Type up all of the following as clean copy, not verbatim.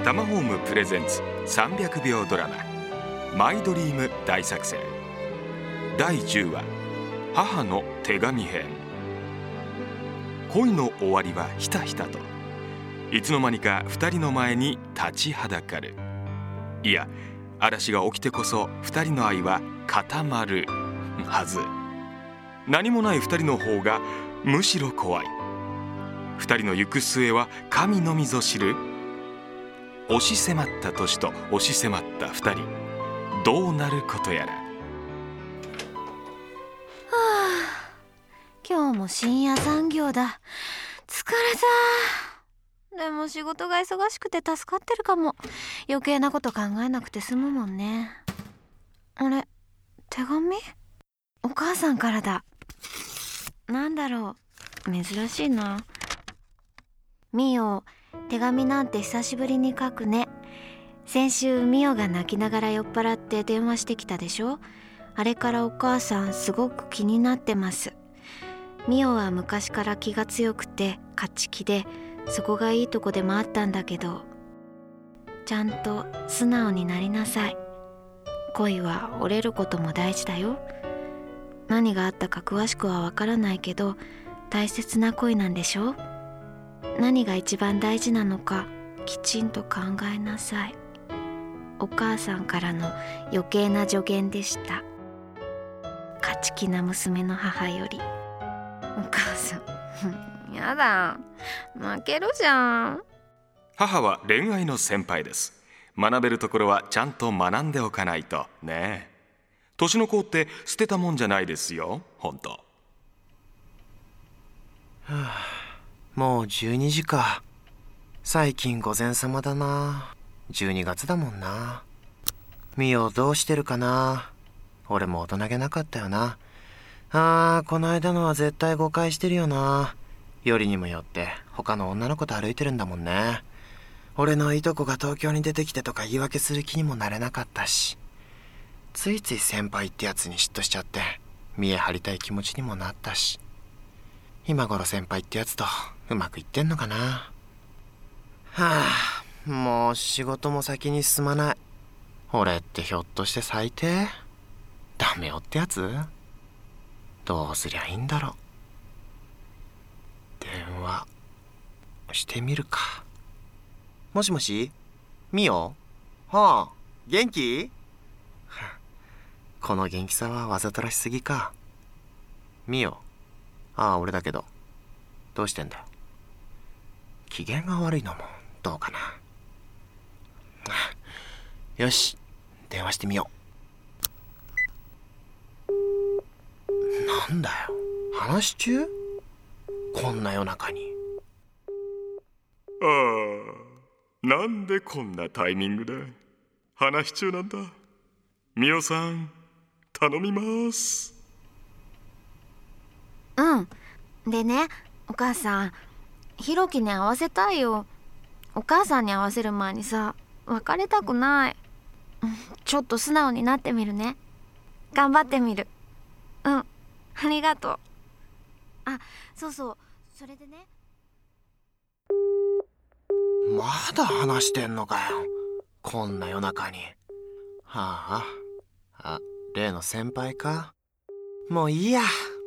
タマホームプレゼンツ300秒ドラママイドリーム大作戦第10話母の手紙編。恋の終わりはひたひたといつの間にか2人の前に立ちはだかる。いや、嵐が起きてこそ2人の愛は固まるはず。何もない2人の方がむしろ怖い。2人の行く末は神のみぞ知る。押し迫った年と押し迫った2人、どうなることやら。 今日も深夜残業だ。疲れた。でも仕事が忙しくて助かってるかも。余計なこと考えなくて済むもんね。あれ、手紙？お母さんからだ。なんだろう、珍しいな。ミオ、手紙なんて久しぶりに書くね。先週ミオが泣きながら酔っ払って電話してきたでしょ。あれからお母さんすごく気になってます。ミオは昔から気が強くて勝ち気で、そこがいいとこでもあったんだけど、ちゃんと素直になりなさい。恋は折れることも大事だよ。何があったか詳しくはわからないけど、大切な恋なんでしょ。何が一番大事なのかきちんと考えなさい。お母さんからの余計な助言でした。勝ち気な娘の母より。お母さんやだ、負けるじゃん。 母は恋愛の先輩です。学べるところはちゃんと学んでおかないとね。年の子って捨てたもんじゃないですよ、ほんと。 もう12時か。最近午前様だな。12月だもんな。ミオどうしてるかな。俺も大人げなかったよな。この間のは絶対誤解してるよな。よりにもよって他の女の子と歩いてるんだもんね。俺のいとこが東京に出てきてとか言い訳する気にもなれなかったし、ついつい先輩ってやつに嫉妬しちゃって見え張りたい気持ちにもなったし、今頃先輩ってやつとうまくいってんのかな。もう仕事も先に進まない。俺ってひょっとして最低？ダメよってやつ？どうすりゃいいんだろう。電話してみるか。もしもし、ミオ？元気？この元気さはわざとらしすぎか。ミオ？俺だけど、どうしてんだよ。機嫌が悪いのもどうかな。よし、電話してみよう。なんだよ、話中？こんな夜中に。 なんでこんなタイミングで話中なんだ。ミオさん、頼みます。 でね、お母さん、ひろきに会わせたいよ。お母さんに会わせる前にさ、別れたくない。ちょっと素直になってみるね。頑張ってみる。ありがとう。そうそう、それでね。 まだ話してんのかよ、こんな夜中に。例の先輩か。もういいや。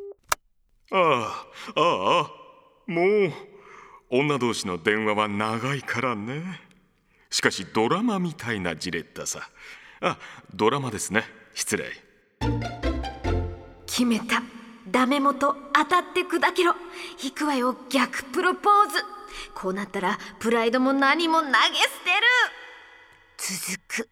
もう女同士の電話は長いからね。しかしドラマみたいなじれったさ。ドラマですね、失礼。 決めた。ダメ元当たって砕けろ。引くわよ、逆プロポーズ。こうなったらプライドも何も投げ捨てる。続く。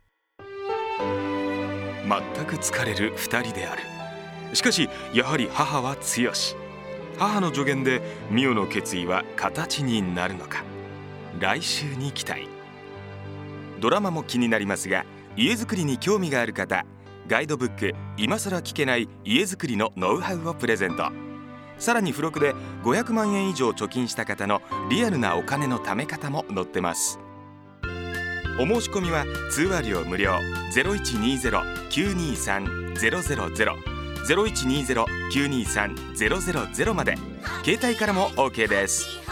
全く疲れる2人である。しかしやはり母は強し。母の助言でミオの決意は形になるのか。来週に期待。ドラマも気になりますが、家づくりに興味がある方、ガイドブック今更聞けない家づくりのノウハウをプレゼント。さらに付録で500万円以上貯金した方のリアルなお金の貯め方も載ってます。お申し込みは通話料無料。 0120-923-000 0120-923-000まで。携帯からも OK です。